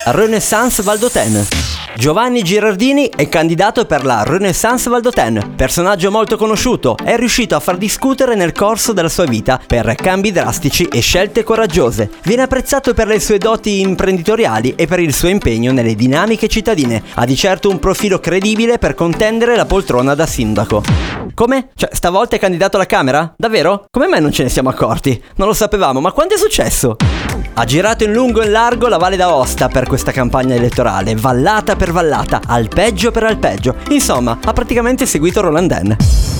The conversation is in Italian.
Renaissance Valdôtaine. Giovanni Girardini è candidato per la Renaissance Valdôtaine. Personaggio molto conosciuto, è riuscito a far discutere nel corso della sua vita per cambi drastici e scelte coraggiose. Viene apprezzato per le sue doti imprenditoriali e per il suo impegno nelle dinamiche cittadine. Ha di certo un profilo credibile per contendere la poltrona da sindaco. Come? Cioè, stavolta è candidato alla Camera? Davvero? Come mai non ce ne siamo accorti? Non lo sapevamo, ma quando è successo? Ha girato in lungo e in largo la Valle d'Aosta per questa campagna elettorale, vallata per vallata, alpeggio per alpeggio. Insomma, ha praticamente seguito Roland Den.